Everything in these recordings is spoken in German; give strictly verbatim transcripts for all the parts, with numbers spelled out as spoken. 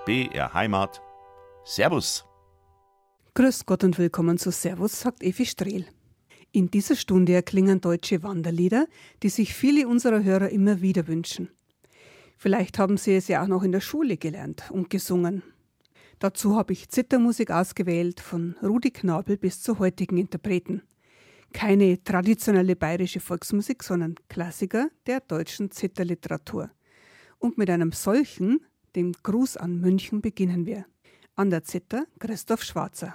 B R Heimat. Servus. Grüß Gott und willkommen zu Servus, sagt Evi Strehl. In dieser Stunde erklingen deutsche Wanderlieder, die sich viele unserer Hörer immer wieder wünschen. Vielleicht haben Sie es ja auch noch in der Schule gelernt und gesungen. Dazu habe ich Zithermusik ausgewählt, von Rudi Knabel bis zu heutigen Interpreten. Keine traditionelle bayerische Volksmusik, sondern Klassiker der deutschen Zitherliteratur. Und mit einem solchen, dem Gruß an München, beginnen wir. An der Zither Christoph Schwarzer.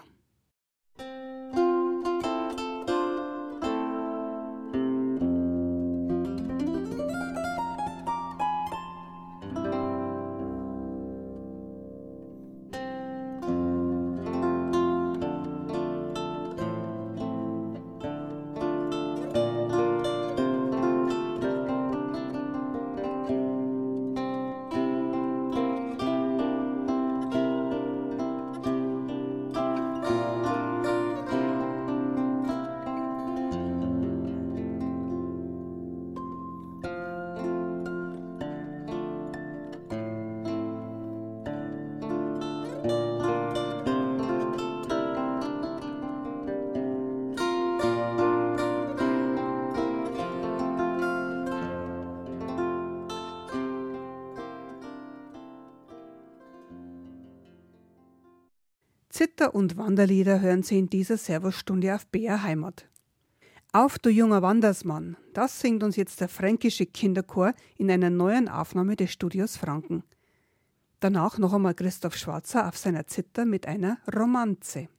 Zither- und Wanderlieder hören Sie in dieser Servusstunde auf B R Heimat. Auf, du junger Wandersmann, das singt uns jetzt der fränkische Kinderchor in einer neuen Aufnahme des Studios Franken. Danach noch einmal Christoph Schwarzer auf seiner Zither mit einer Romanze.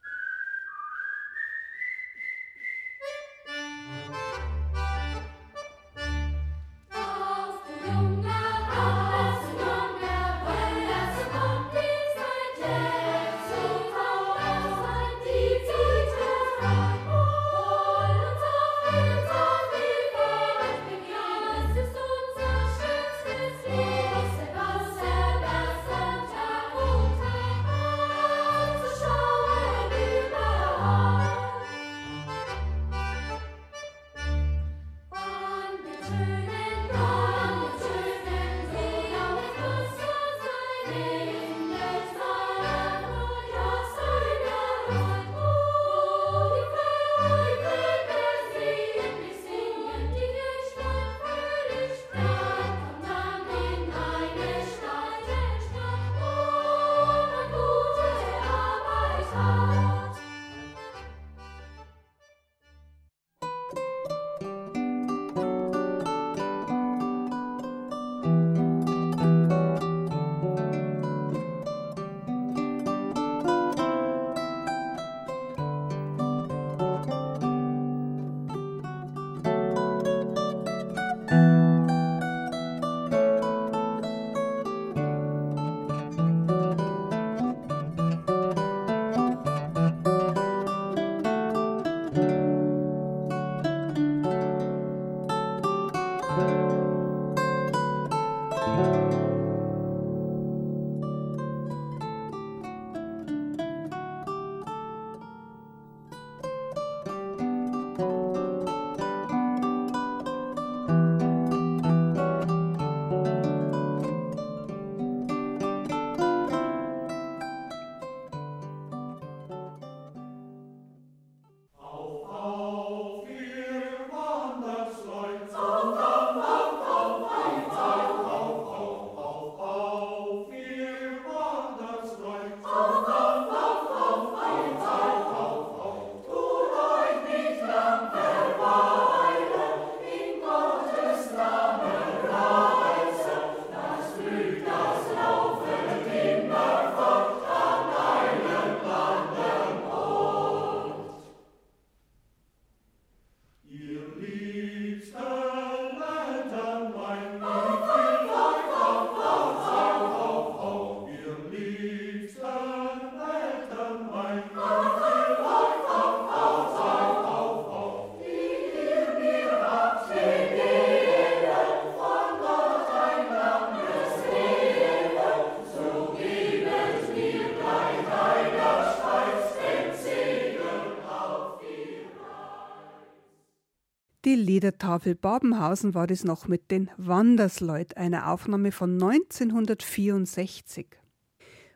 Die Liedertafel Babenhausen war es noch mit den Wandersleut, einer Aufnahme von neunzehnhundertvierundsechzig.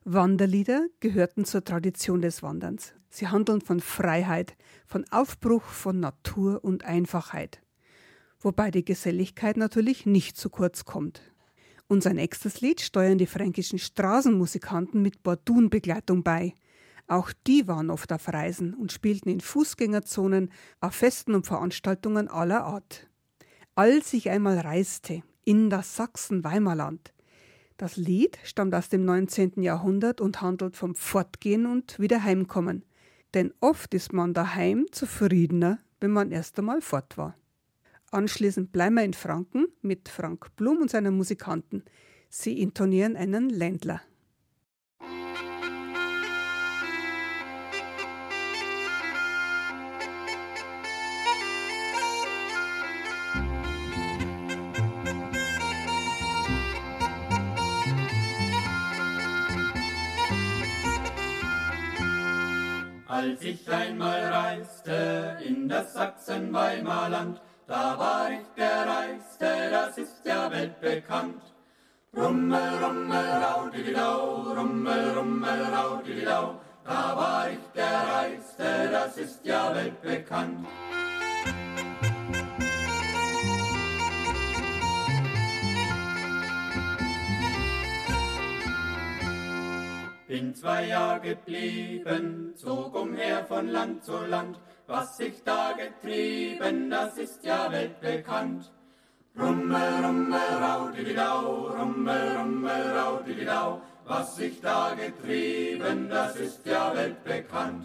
Wanderlieder gehörten zur Tradition des Wanderns. Sie handeln von Freiheit, von Aufbruch, von Natur und Einfachheit. Wobei die Geselligkeit natürlich nicht zu kurz kommt. Unser nächstes Lied steuern die fränkischen Straßenmusikanten mit Bordunbegleitung bei. Auch die waren oft auf Reisen und spielten in Fußgängerzonen, auf Festen und Veranstaltungen aller Art. Als ich einmal reiste in das Sachsen-Weimarland. Das Lied stammt aus dem neunzehnten Jahrhundert und handelt vom Fortgehen und wieder Heimkommen. Denn oft ist man daheim zufriedener, wenn man erst einmal fort war. Anschließend bleiben wir in Franken mit Frank Blum und seinen Musikanten. Sie intonieren einen Ländler. Als ich einmal reiste in das Sachsen-Weimarland, da war ich der Reichste, das ist ja weltbekannt. Rummel, rummel, raudididau, rummel, rummel, raudididau, da war ich der Reichste, das ist ja weltbekannt. Bin zwei Jahre geblieben, zog umher von Land zu Land. Was ich da getrieben, das ist ja weltbekannt. Rummel, rummel, raudididau, rummel, rummel, raudididau. Was ich da getrieben, das ist ja weltbekannt.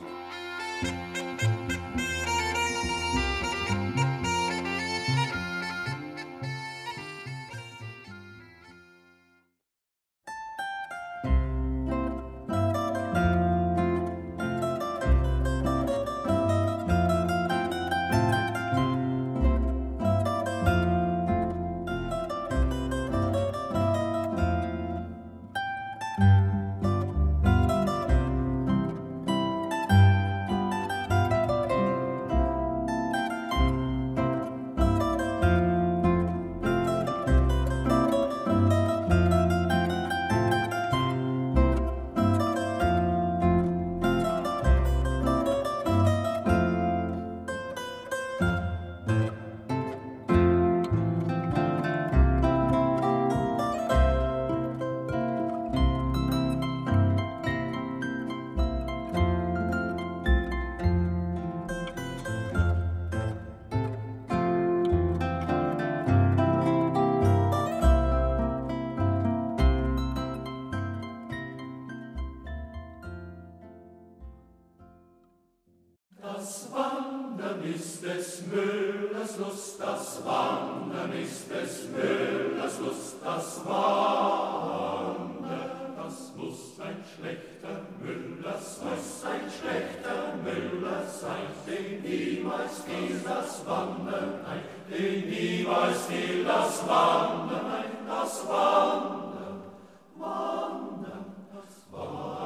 Das Wandern ist des Müllers Lust, das Wandern ist des Müllers Lust, das Wandern. Das muss ein schlechter Müller sein, muss ein schlechter Müller sein, den niemals fiel das Wandern ein, den niemals fiel das Wandern ein, das Wandern, Wandern, das Wandern.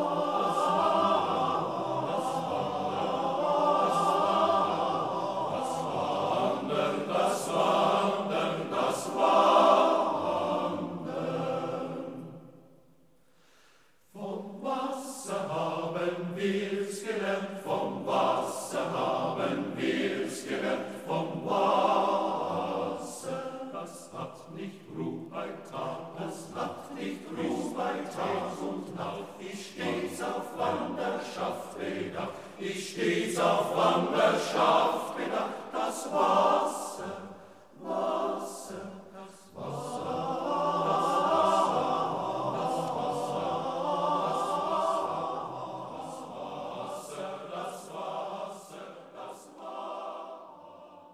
Ich stets auf Wanderschaft bedacht, das Wasser, Wasser, das Wasser, das Wasser, das Wasser, das Wasser.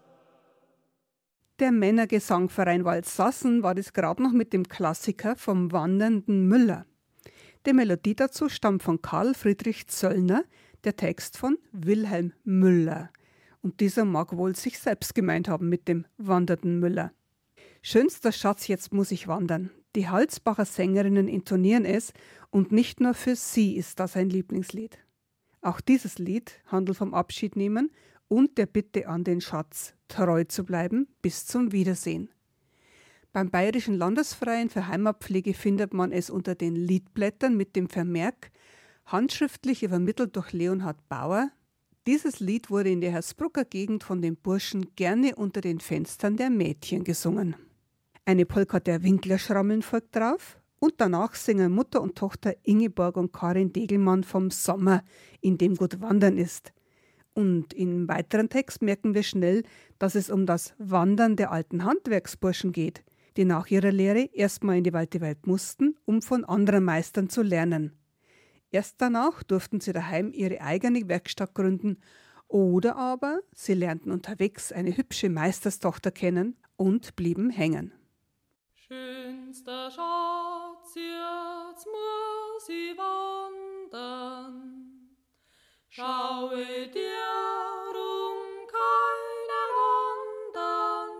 Der Männergesangverein Waldsassen war das gerade noch mit dem Klassiker vom wandernden Müller. Die Melodie dazu stammt von Karl Friedrich Zöllner, der Text von Wilhelm Müller. Und dieser mag wohl sich selbst gemeint haben mit dem wandernden Müller. Schönster Schatz, jetzt muss ich wandern. Die Halsbacher Sängerinnen intonieren es und nicht nur für sie ist das ein Lieblingslied. Auch dieses Lied handelt vom Abschiednehmen und der Bitte an den Schatz, treu zu bleiben bis zum Wiedersehen. Beim Bayerischen Landesverein für Heimatpflege findet man es unter den Liedblättern mit dem Vermerk handschriftlich übermittelt durch Leonhard Bauer. Dieses Lied wurde in der Hersbrucker Gegend von den Burschen gerne unter den Fenstern der Mädchen gesungen. Eine Polka der Winklerschrammeln folgt drauf und danach singen Mutter und Tochter Ingeborg und Karin Degelmann vom Sommer, in dem gut wandern ist. Und im weiteren Text merken wir schnell, dass es um das Wandern der alten Handwerksburschen geht, die nach ihrer Lehre erstmal in die weite Welt mussten, um von anderen Meistern zu lernen. Erst danach durften sie daheim ihre eigene Werkstatt gründen oder aber sie lernten unterwegs eine hübsche Meisterstochter kennen und blieben hängen. Schönster Schatz, jetzt muss ich wandern, schaue dir um keinen anderen,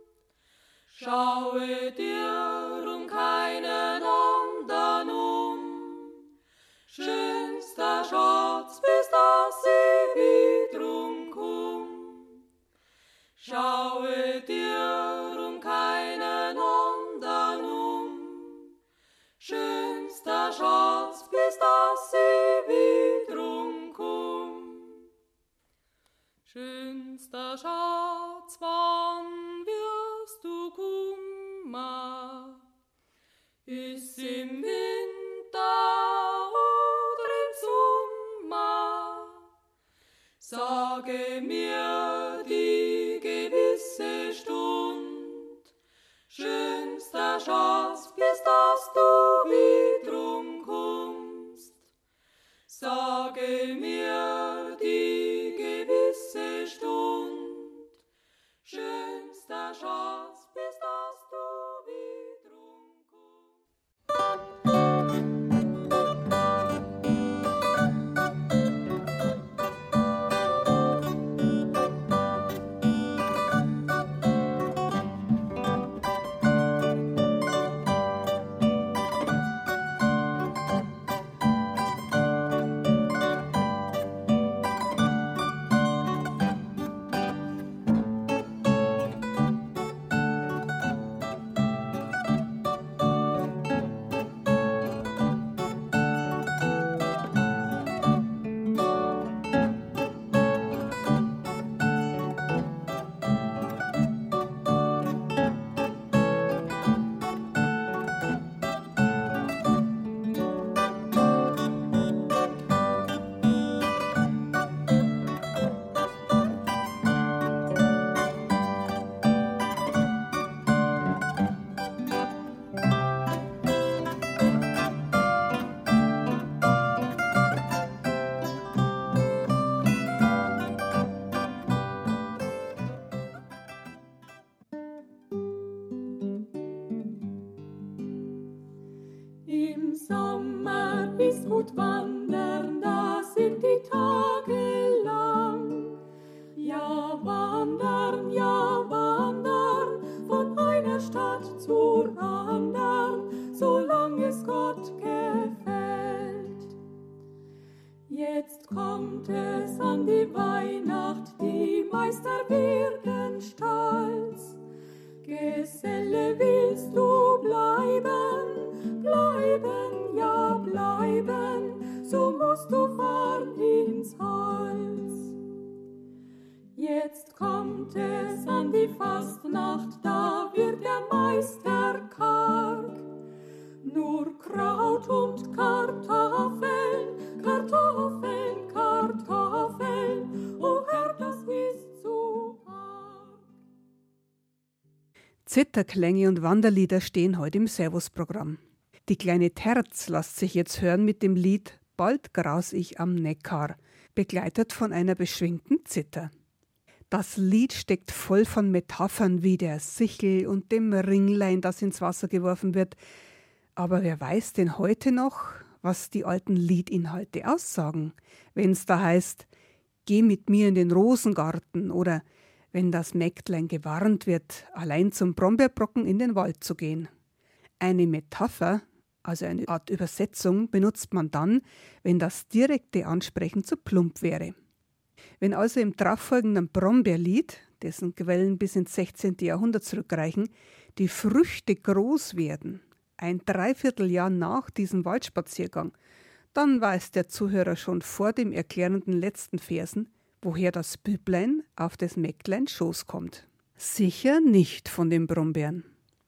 schaue dir um keinen anderen um. Schönster Schatz, bis dass ich wiederum komm. Schaue dir um keinen anderen um. Schönster Schatz, bis dass ich wiederum komm. Schönster Schatz, wann wirst du kummer? Ist im Winter sage mir die gewisse Stund, schönster Schatz, bis dass du wiederum kommst. Sage mir die gewisse Stund, schönster Schatz, bis dass du wiederum kommst. Zitterklänge und Wanderlieder stehen heute im Servus-Programm. Die kleine Terz lässt sich jetzt hören mit dem Lied »Bald graus ich am Neckar«, begleitet von einer beschwingten Zither. Das Lied steckt voll von Metaphern wie der Sichel und dem Ringlein, das ins Wasser geworfen wird. Aber wer weiß denn heute noch, was die alten Liedinhalte aussagen, wenn es da heißt, »Geh mit mir in den Rosengarten« oder wenn das Mägdlein gewarnt wird, allein zum Brombeerbrocken in den Wald zu gehen. Eine Metapher, also eine Art Übersetzung, benutzt man dann, wenn das direkte Ansprechen zu plump wäre. Wenn also im darauffolgenden Brombeerlied dessen Quellen bis ins sechzehnten Jahrhundert zurückreichen, die Früchte groß werden, ein Dreivierteljahr nach diesem Waldspaziergang, dann weiß der Zuhörer schon vor dem erklärenden letzten Versen, woher das Büblein auf des Mägdlein Schoß kommt. Sicher nicht von den Brombeeren.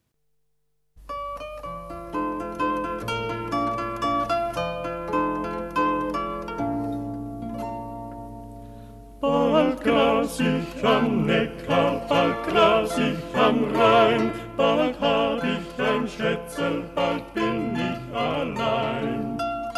Bald gras ich am Neckar, bald gras ich am Rhein, bald hab ich ein Schätzel, bald bin ich allein.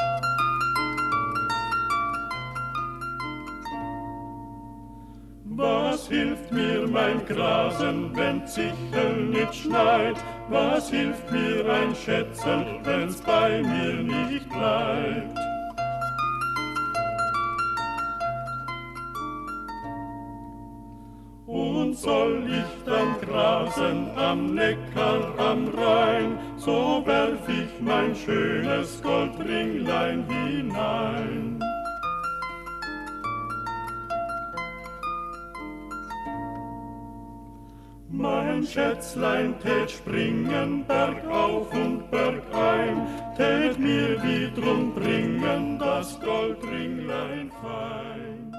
Was hilft mir mein Grasen, wenn's sicher nicht schneit? Was hilft mir ein Schätzel, wenn's bei mir nicht bleibt? Und soll ich dann grasen am Neckar, am Rhein, so werf ich mein schönes Goldringlein hinein. Mein Schätzlein tät springen, bergauf und bergein, tät mir wiederum bringen das Goldringlein fein.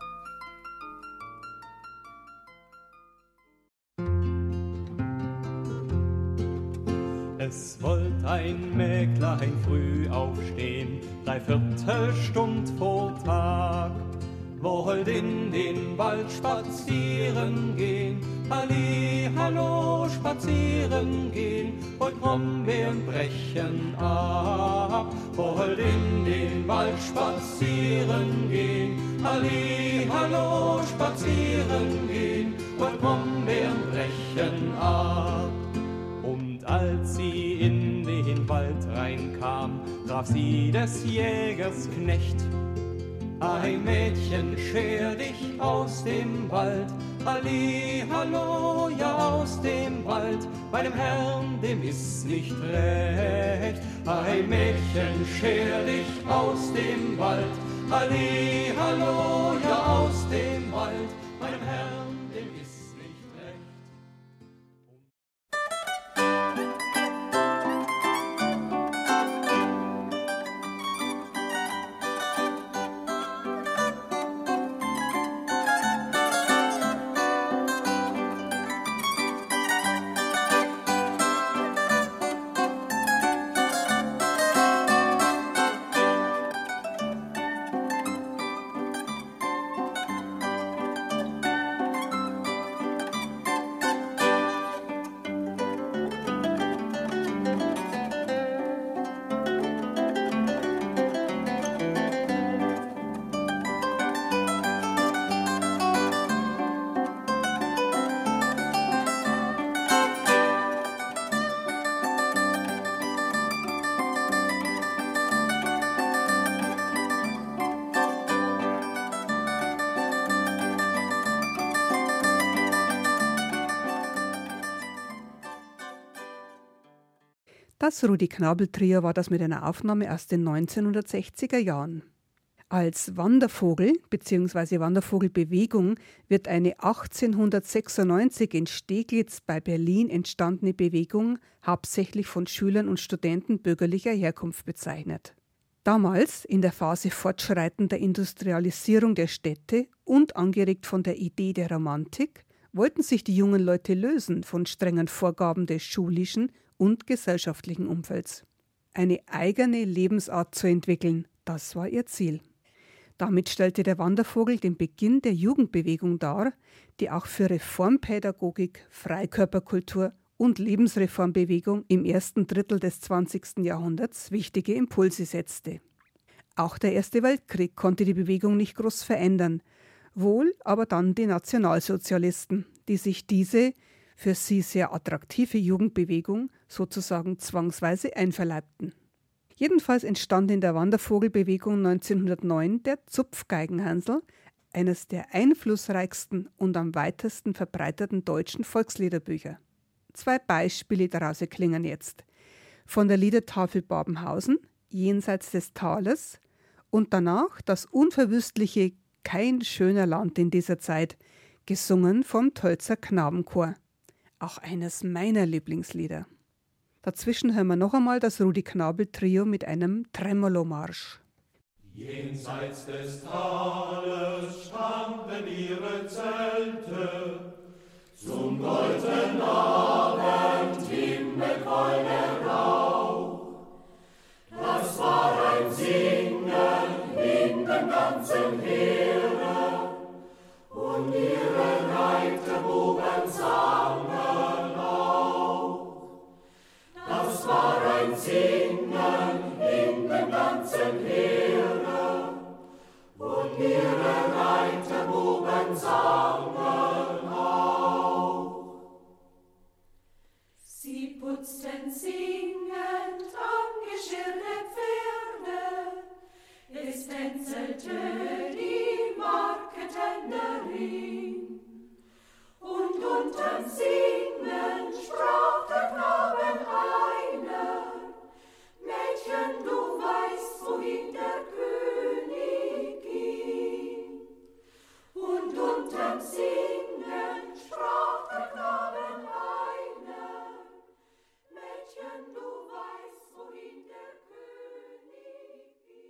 Es wollt ein Mägdlein früh aufstehen, drei Viertelstund vor Tag, wollt in den Wald spazieren gehen, halli, hallo, spazieren gehen, wollt Brombeeren brechen ab, wollt in den Wald spazieren gehen, halli, hallo, spazieren gehen, wollt Brombeeren brechen ab. Und als sie in den Wald reinkam, traf sie des Jägers Knecht. Ein Mädchen, scher dich aus dem Wald, halli, hallo, ja aus dem Wald, meinem Herrn, dem ist nicht recht. Ein Mädchen, scher dich aus dem Wald, halli, hallo, ja aus dem Wald, meinem Herrn, dem ist nicht recht. Das Rudi-Knabel-Trio war das mit einer Aufnahme aus den neunzehnhundertsechziger Jahren. Als Wandervogel bzw. Wandervogelbewegung wird eine achtzehnhundertsechsundneunzig in Steglitz bei Berlin entstandene Bewegung hauptsächlich von Schülern und Studenten bürgerlicher Herkunft bezeichnet. Damals, in der Phase fortschreitender Industrialisierung der Städte und angeregt von der Idee der Romantik, wollten sich die jungen Leute lösen von strengen Vorgaben des schulischen und gesellschaftlichen Umfelds. Eine eigene Lebensart zu entwickeln, das war ihr Ziel. Damit stellte der Wandervogel den Beginn der Jugendbewegung dar, die auch für Reformpädagogik, Freikörperkultur und Lebensreformbewegung im ersten Drittel des zwanzigsten Jahrhunderts wichtige Impulse setzte. Auch der Erste Weltkrieg konnte die Bewegung nicht groß verändern, wohl aber dann die Nationalsozialisten, die sich diese für sie sehr attraktive Jugendbewegung sozusagen zwangsweise einverleibten. Jedenfalls entstand in der Wandervogelbewegung neunzehnhundertneun der Zupfgeigenhansl, eines der einflussreichsten und am weitesten verbreiteten deutschen Volksliederbücher. Zwei Beispiele daraus erklingen jetzt. Von der Liedertafel Babenhausen, Jenseits des Tales, und danach das unverwüstliche Kein schöner Land in dieser Zeit, gesungen vom Tölzer Knabenchor. Auch eines meiner Lieblingslieder. Dazwischen hören wir noch einmal das Rudi Knabel Trio mit einem Tremolo-Marsch. Jenseits des Tales standen ihre Zelte, zum goldenen Abend himmelgoldner Rauch. Das war ein Singen in dem ganzen Heere, und ihre Reiterbuben sangen auch. Das war ein Singen in dem ganzen Heere, und ihre Reiterbuben sangen auch. Sie putzten singend angeschirrte Pferde, es tänzelte die Marketenderin. Und unterm Singen sprach der Knaben einer: Mädchen, du weißt, wohin der König ging. Und unterm Singen sprach der Knaben einer: Mädchen, du weißt, wohin der König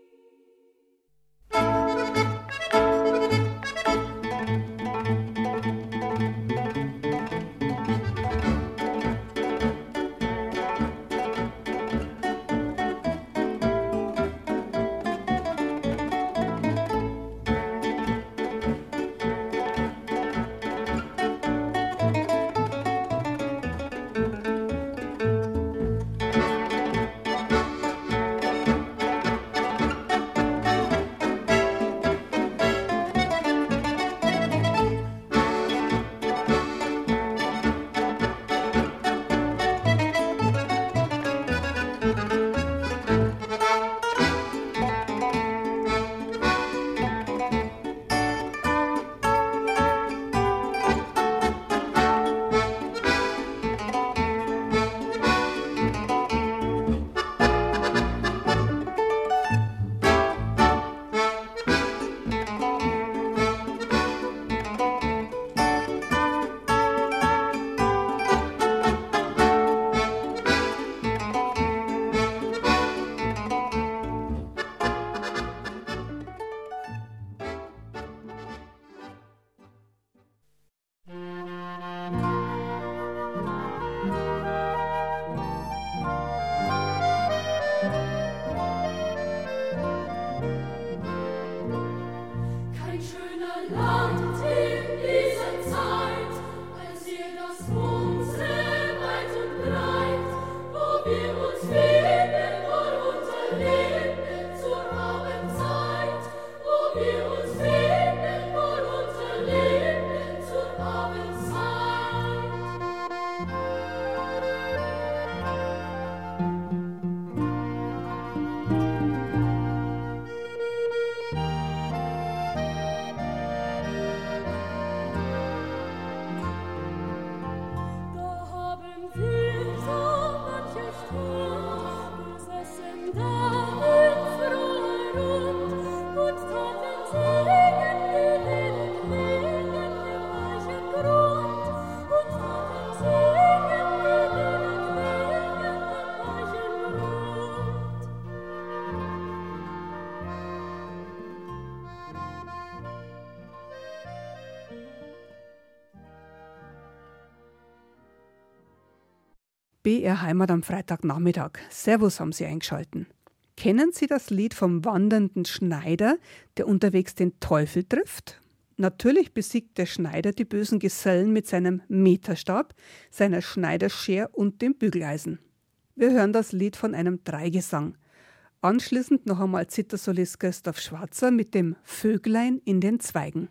B R Heimat am Freitagnachmittag. Servus, haben Sie eingeschalten. Kennen Sie das Lied vom wandernden Schneider, der unterwegs den Teufel trifft? Natürlich besiegt der Schneider die bösen Gesellen mit seinem Meterstab, seiner Schneiderschere und dem Bügeleisen. Wir hören das Lied von einem Dreigesang. Anschließend noch einmal Zittersolist Christoph Schwarzer mit dem Vöglein in den Zweigen.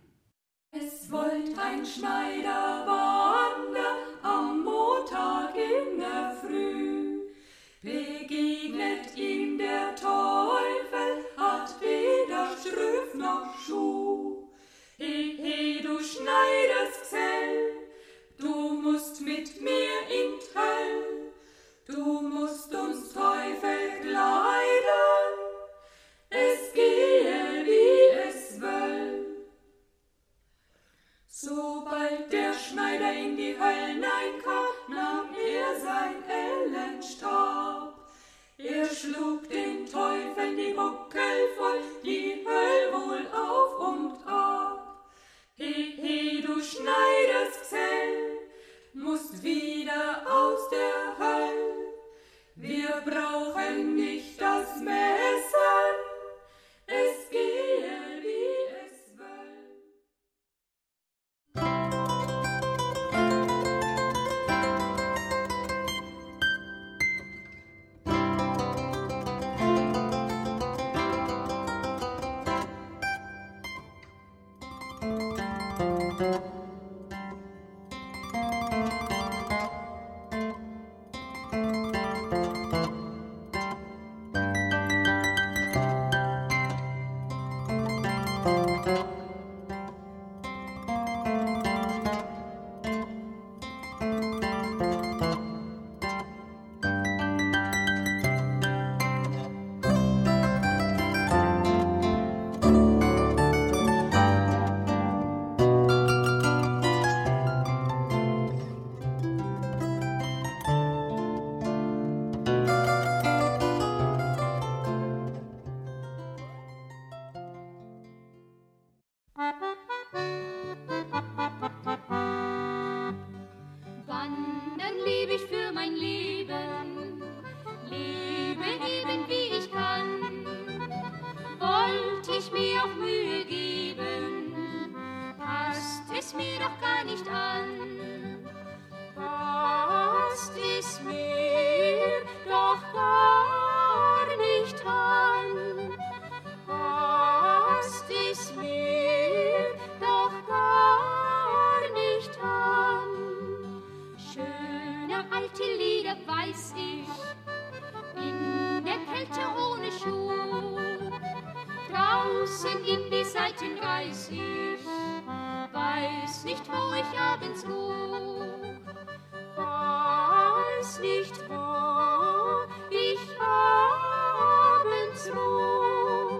Es wollt ein Schneider wandern am Montag in der Früh. Begegnet ihm der Teufel, hat weder Strümpf noch Schuh. He, he, du Schneidersgesell, du musst mit mir in Höll, du musst uns Teufel kleiden, es gehe wie es will. So bei musst wieder aus der Hölle. Wir brauchen nicht das Messer, es gehe wie es will. Wandern lieb ich für mein Leben, lebe eben wie ich kann. Wollt ich mir auch Mühe geben, passt es mir doch gar nicht an. Passt es mir doch gar nicht an. Passt es mir doch gar nicht an. Schöne alte Lieder weiß ich, in der Kälte ohne Schuh. Draußen in die Seiten reiß ich, weiß nicht, wo ich abends ruh. Weiß nicht, wo ich abends ruh.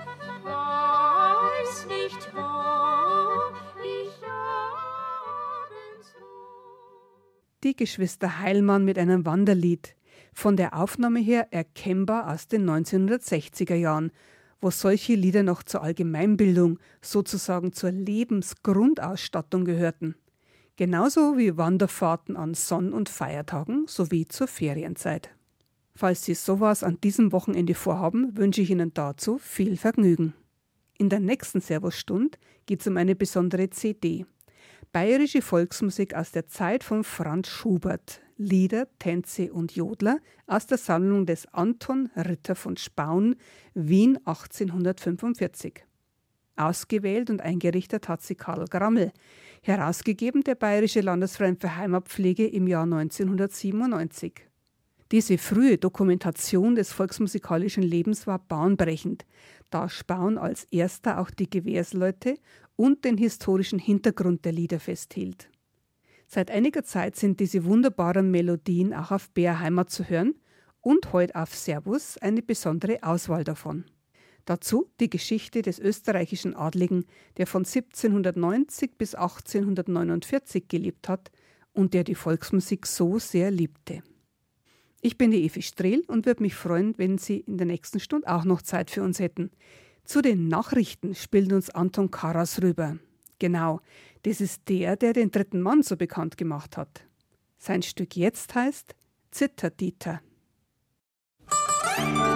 Weiß nicht, wo ich abends ruh. Die Geschwister Heilmann mit einem Wanderlied. Von der Aufnahme her erkennbar aus den neunzehnhundertsechziger Jahren, wo solche Lieder noch zur Allgemeinbildung, sozusagen zur Lebensgrundausstattung gehörten. Genauso wie Wanderfahrten an Sonn- und Feiertagen sowie zur Ferienzeit. Falls Sie sowas an diesem Wochenende vorhaben, wünsche ich Ihnen dazu viel Vergnügen. In der nächsten Servusstund geht es um eine besondere C D. Bayerische Volksmusik aus der Zeit von Franz Schubert. Lieder, Tänze und Jodler aus der Sammlung des Anton Ritter von Spaun, Wien achtzehnhundertfünfundvierzig. Ausgewählt und eingerichtet hat sie Karl Grammel, herausgegeben der Bayerische Landesverein für Heimatpflege im Jahr neunzehnhundertsiebenundneunzig. Diese frühe Dokumentation des volksmusikalischen Lebens war bahnbrechend, da Spaun als erster auch die Gewährsleute und den historischen Hintergrund der Lieder festhielt. Seit einiger Zeit sind diese wunderbaren Melodien auch auf B R Heimat zu hören und heute auf Servus eine besondere Auswahl davon. Dazu die Geschichte des österreichischen Adligen, der von siebzehnhundertneunzig bis achtzehnhundertneunundvierzig gelebt hat und der die Volksmusik so sehr liebte. Ich bin die Evi Strehl und würde mich freuen, wenn Sie in der nächsten Stunde auch noch Zeit für uns hätten. Zu den Nachrichten spielt uns Anton Karas rüber. Genau, das ist der, der den dritten Mann so bekannt gemacht hat. Sein Stück jetzt heißt Zitterdieter.